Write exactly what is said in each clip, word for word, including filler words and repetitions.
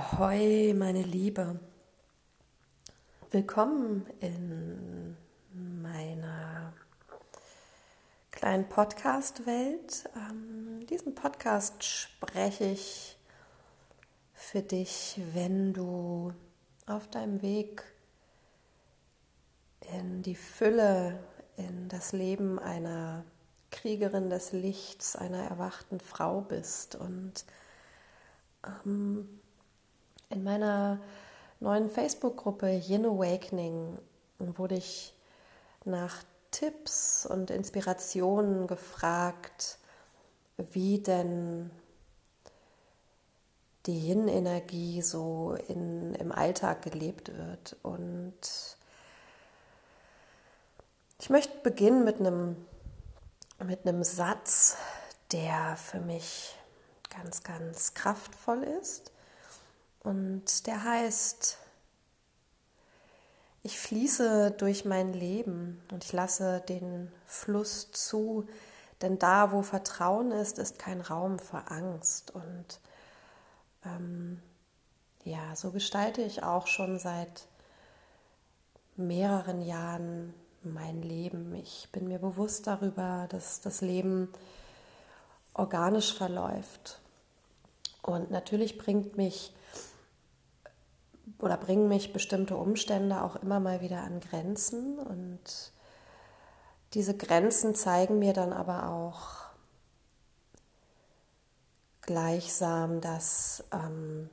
Ahoi, meine Liebe. Willkommen in meiner kleinen Podcast-Welt. Ähm, diesen Podcast spreche ich für dich, wenn du auf deinem Weg in die Fülle, in das Leben einer Kriegerin des Lichts, einer erwachten Frau bist. Und ähm, in meiner neuen Facebook-Gruppe Yin Awakening wurde ich nach Tipps und Inspirationen gefragt, wie denn die Yin-Energie so in, im Alltag gelebt wird. Und ich möchte beginnen mit einem, mit einem Satz, der für mich ganz, ganz kraftvoll ist. Und der heißt: Ich fließe durch mein Leben und ich lasse den Fluss zu, denn da, wo Vertrauen ist, ist kein Raum für Angst. Und ähm, ja, so gestalte ich auch schon seit mehreren Jahren mein Leben. Ich bin mir bewusst darüber, dass das Leben organisch verläuft. Und natürlich bringt mich oder bringen mich bestimmte Umstände auch immer mal wieder an Grenzen, und diese Grenzen zeigen mir dann aber auch gleichsam, dass ähm,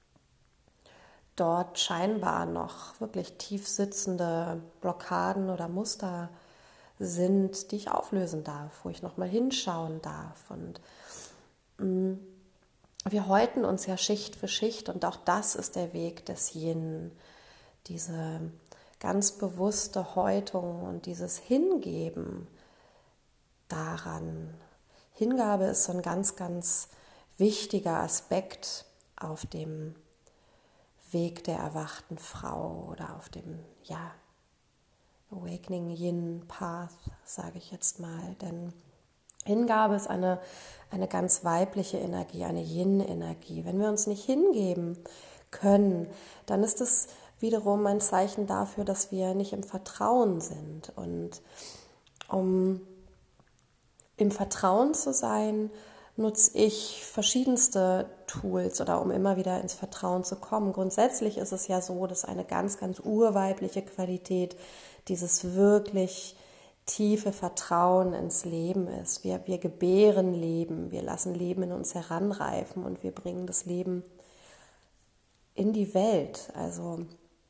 dort scheinbar noch wirklich tief sitzende Blockaden oder Muster sind, die ich auflösen darf, wo ich nochmal hinschauen darf. Und mh, wir häuten uns ja Schicht für Schicht, und auch das ist der Weg des Yin. Diese ganz bewusste Häutung und dieses Hingeben daran. Hingabe ist so ein ganz, ganz wichtiger Aspekt auf dem Weg der erwachten Frau oder auf dem, ja, Awakening Yin Path, sage ich jetzt mal. Denn Hingabe ist eine, eine ganz weibliche Energie, eine Yin-Energie. Wenn wir uns nicht hingeben können, dann ist es wiederum ein Zeichen dafür, dass wir nicht im Vertrauen sind. Und um im Vertrauen zu sein, nutze ich verschiedenste Tools, oder um immer wieder ins Vertrauen zu kommen. Grundsätzlich ist es ja so, dass eine ganz, ganz urweibliche Qualität dieses wirklich tiefe Vertrauen ins Leben ist. Wir, wir gebären Leben, wir lassen Leben in uns heranreifen und wir bringen das Leben in die Welt. Also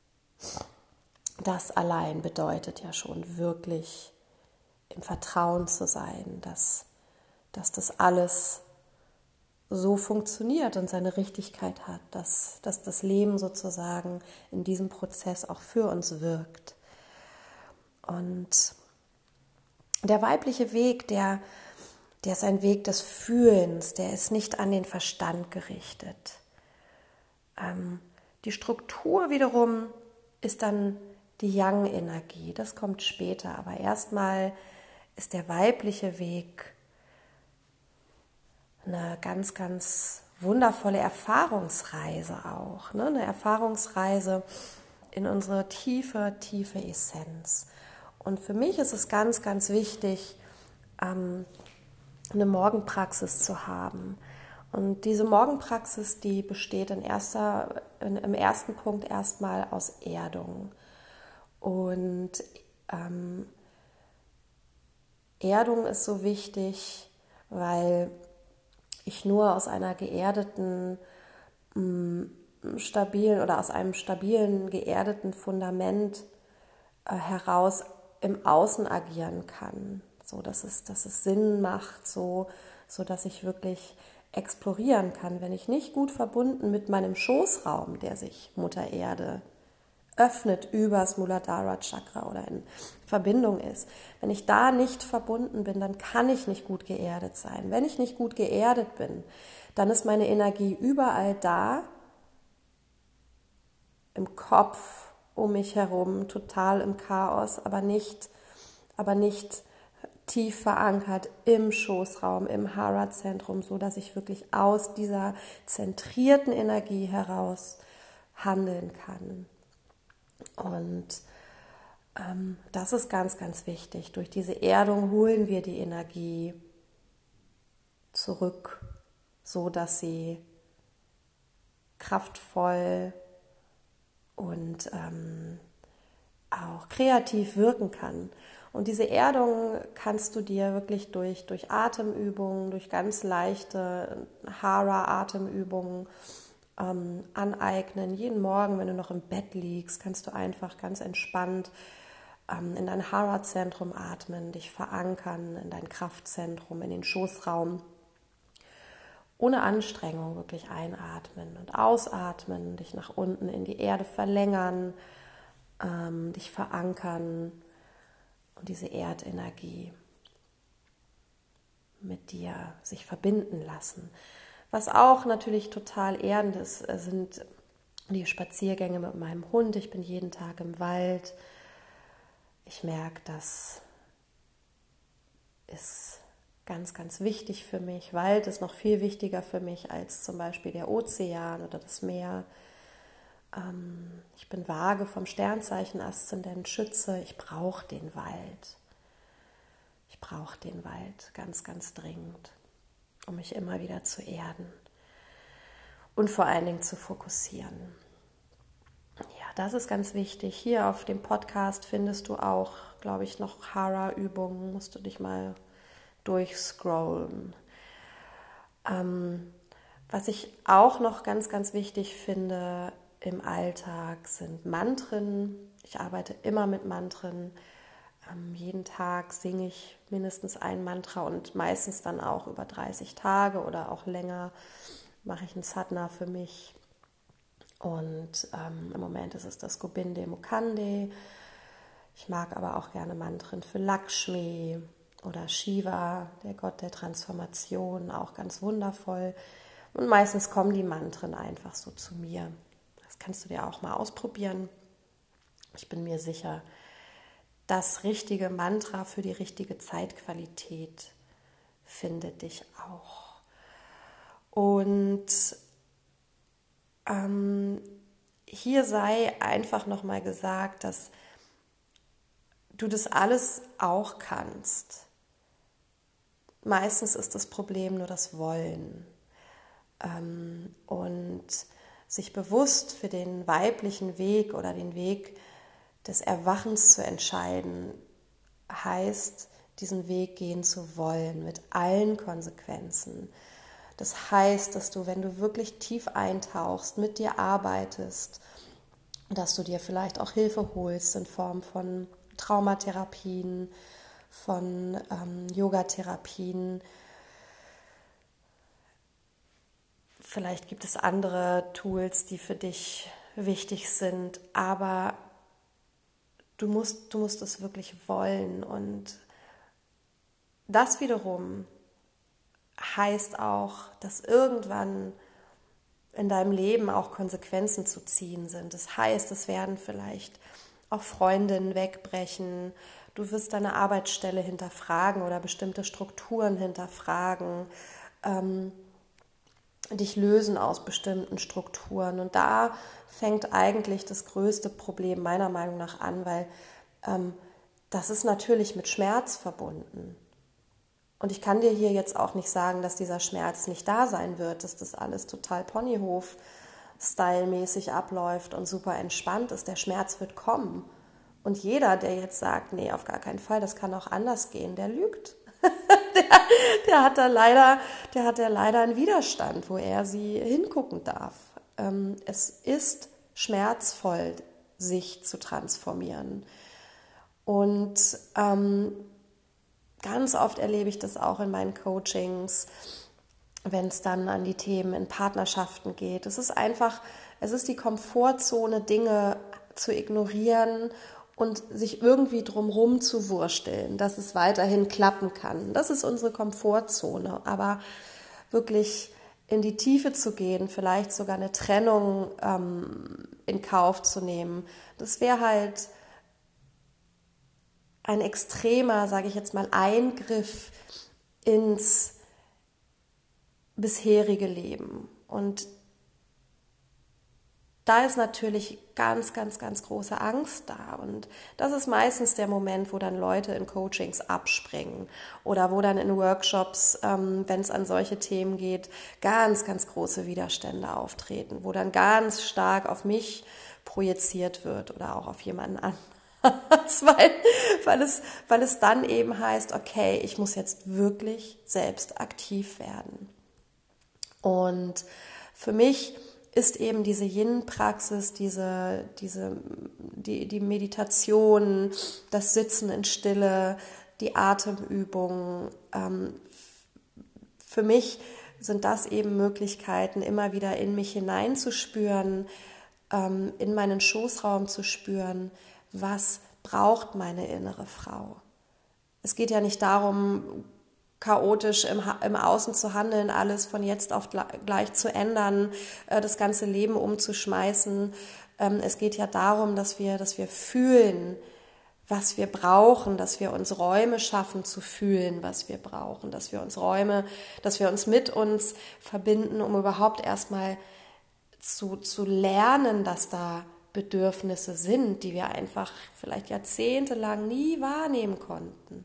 das allein bedeutet ja schon wirklich im Vertrauen zu sein, dass, dass das alles so funktioniert und seine Richtigkeit hat, dass, dass das Leben sozusagen in diesem Prozess auch für uns wirkt. Und der weibliche Weg, der, der ist ein Weg des Fühlens, der ist nicht an den Verstand gerichtet. Ähm, die Struktur wiederum ist dann die Yang-Energie, das kommt später, aber erstmal ist der weibliche Weg eine ganz, ganz wundervolle Erfahrungsreise auch, ne? Eine Erfahrungsreise in unsere tiefe, tiefe Essenz. Und für mich ist es ganz, ganz wichtig, ähm, eine Morgenpraxis zu haben. Und diese Morgenpraxis, die besteht in erster, in, im ersten Punkt erstmal aus Erdung. Und ähm, Erdung ist so wichtig, weil ich nur aus einer geerdeten, stabilen oder aus einem stabilen, geerdeten Fundament äh, heraus im Außen agieren kann, so dass es, dass es Sinn macht, so, so dass ich wirklich explorieren kann. Wenn ich nicht gut verbunden mit meinem Schoßraum, der sich Mutter Erde öffnet übers Muladhara Chakra oder in Verbindung ist, wenn ich da nicht verbunden bin, dann kann ich nicht gut geerdet sein. Wenn ich nicht gut geerdet bin, dann ist meine Energie überall da, im Kopf, um mich herum, total im Chaos, aber nicht, aber nicht tief verankert im Schoßraum, im Hara-Zentrum, so dass ich wirklich aus dieser zentrierten Energie heraus handeln kann. Und ähm, das ist ganz, ganz wichtig. Durch diese Erdung holen wir die Energie zurück, so dass sie kraftvoll und ähm, auch kreativ wirken kann. Und diese Erdung kannst du dir wirklich durch, durch Atemübungen, durch ganz leichte Hara-Atemübungen ähm, aneignen. Jeden Morgen, wenn du noch im Bett liegst, kannst du einfach ganz entspannt ähm, in dein Hara-Zentrum atmen, dich verankern in dein Kraftzentrum, in den Schoßraum. Ohne Anstrengung wirklich einatmen und ausatmen, dich nach unten in die Erde verlängern, ähm, dich verankern und diese Erdenergie mit dir sich verbinden lassen. Was auch natürlich total erdend ist, sind die Spaziergänge mit meinem Hund. Ich bin jeden Tag im Wald. Ich merke, das ist ganz, ganz wichtig für mich. Wald ist noch viel wichtiger für mich als zum Beispiel der Ozean oder das Meer. Ähm, ich bin Waage vom Sternzeichen Aszendent Schütze. Ich brauche den Wald. Ich brauche den Wald ganz, ganz dringend, um mich immer wieder zu erden und vor allen Dingen zu fokussieren. Ja, das ist ganz wichtig. Hier auf dem Podcast findest du auch, glaube ich, noch Hara-Übungen. Musst du dich mal durchscrollen. Ähm, was ich auch noch ganz, ganz wichtig finde im Alltag sind Mantren. Ich arbeite immer mit Mantren. Ähm, jeden Tag singe ich mindestens ein Mantra und meistens dann auch über dreißig Tage oder auch länger mache ich ein Sadhana für mich. Und ähm, im Moment ist es das Gobinde Mukande. Ich mag aber auch gerne Mantren für Lakshmi oder Shiva, der Gott der Transformation, auch ganz wundervoll. Und meistens kommen die Mantren einfach so zu mir. Das kannst du dir auch mal ausprobieren. Ich bin mir sicher, das richtige Mantra für die richtige Zeitqualität findet dich auch. Und ähm, hier sei einfach nochmal gesagt, dass du das alles auch kannst. Meistens ist das Problem nur das Wollen. Ähm, und sich bewusst für den weiblichen Weg oder den Weg des Erwachens zu entscheiden, heißt, diesen Weg gehen zu wollen, mit allen Konsequenzen. Das heißt, dass du, wenn du wirklich tief eintauchst, mit dir arbeitest, dass du dir vielleicht auch Hilfe holst in Form von Traumatherapien, von ähm, Yogatherapien. Vielleicht gibt es andere Tools, die für dich wichtig sind, aber du musst, du musst es wirklich wollen. Und das wiederum heißt auch, dass irgendwann in deinem Leben auch Konsequenzen zu ziehen sind. Das heißt, es werden vielleicht auch Freundinnen wegbrechen. Du wirst deine Arbeitsstelle hinterfragen oder bestimmte Strukturen hinterfragen, ähm, dich lösen aus bestimmten Strukturen. Und da fängt eigentlich das größte Problem meiner Meinung nach an, weil ähm, das ist natürlich mit Schmerz verbunden. Und ich kann dir hier jetzt auch nicht sagen, dass dieser Schmerz nicht da sein wird, dass das alles total Ponyhof-Style-mäßig abläuft und super entspannt ist. Der Schmerz wird kommen. Und jeder, der jetzt sagt, nee, auf gar keinen Fall, das kann auch anders gehen, der lügt. der, der hat da leider, der hat da leider einen Widerstand, wo er sie hingucken darf. Ähm, es ist schmerzvoll, sich zu transformieren. Und ähm, ganz oft erlebe ich das auch in meinen Coachings, wenn es dann an die Themen in Partnerschaften geht. Es ist einfach, es ist die Komfortzone, Dinge zu ignorieren und sich irgendwie drumherum zu wursteln, dass es weiterhin klappen kann. Das ist unsere Komfortzone. Aber wirklich in die Tiefe zu gehen, vielleicht sogar eine Trennung ähm, in Kauf zu nehmen, das wäre halt ein extremer, sage ich jetzt mal, Eingriff ins bisherige Leben. Und da ist natürlich ganz, ganz, ganz große Angst da. Und das ist meistens der Moment, wo dann Leute in Coachings abspringen oder wo dann in Workshops, ähm, wenn es an solche Themen geht, ganz, ganz große Widerstände auftreten, wo dann ganz stark auf mich projiziert wird oder auch auf jemanden anderen. weil, weil, es, weil es dann eben heißt, okay, ich muss jetzt wirklich selbst aktiv werden. Und für mich ist eben diese Yin-Praxis, diese, diese, die, die Meditation, das Sitzen in Stille, die Atemübungen, ähm, für mich sind das eben Möglichkeiten, immer wieder in mich hineinzuspüren, ähm, in meinen Schoßraum zu spüren, was braucht meine innere Frau. Es geht ja nicht darum, chaotisch im, im Außen zu handeln, alles von jetzt auf gleich zu ändern, äh, das ganze Leben umzuschmeißen. Ähm, es geht ja darum, dass wir, dass wir fühlen, was wir brauchen, dass wir uns Räume schaffen zu fühlen, was wir brauchen, dass wir uns Räume, dass wir uns mit uns verbinden, um überhaupt erstmal zu, zu lernen, dass da Bedürfnisse sind, die wir einfach vielleicht jahrzehntelang nie wahrnehmen konnten.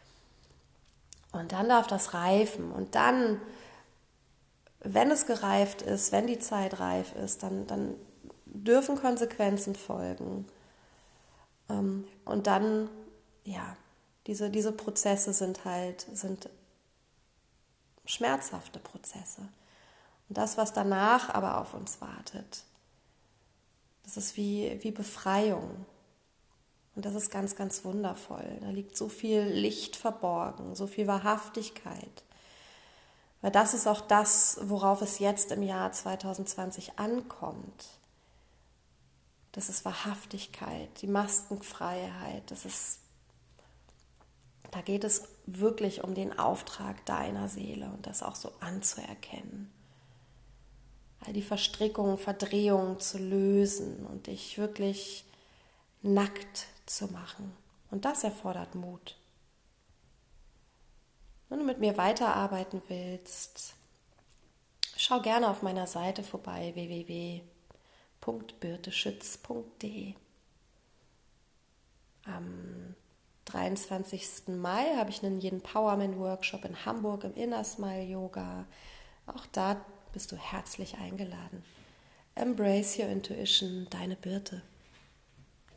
Und dann darf das reifen. Und dann, wenn es gereift ist, wenn die Zeit reif ist, dann, dann dürfen Konsequenzen folgen. Und dann, ja, diese, diese Prozesse sind halt, sind schmerzhafte Prozesse. Und das, was danach aber auf uns wartet, das ist wie, wie Befreiung. Und das ist ganz, ganz wundervoll. Da liegt so viel Licht verborgen, so viel Wahrhaftigkeit. Weil das ist auch das, worauf es jetzt im Jahr zwanzig zwanzig ankommt. Das ist Wahrhaftigkeit, die Maskenfreiheit. Das ist, da geht es wirklich um den Auftrag deiner Seele und das auch so anzuerkennen. All die Verstrickungen, Verdrehungen zu lösen und dich wirklich nackt zu machen. Und das erfordert Mut. Wenn du mit mir weiterarbeiten willst, schau gerne auf meiner Seite vorbei, w w w punkt birte schütz punkt d e. Am dreiundzwanzigsten Mai habe ich einen Yin-Empowerment-Workshop in Hamburg im Inner Smile Yoga. Auch da bist du herzlich eingeladen. Embrace your intuition, deine Birte.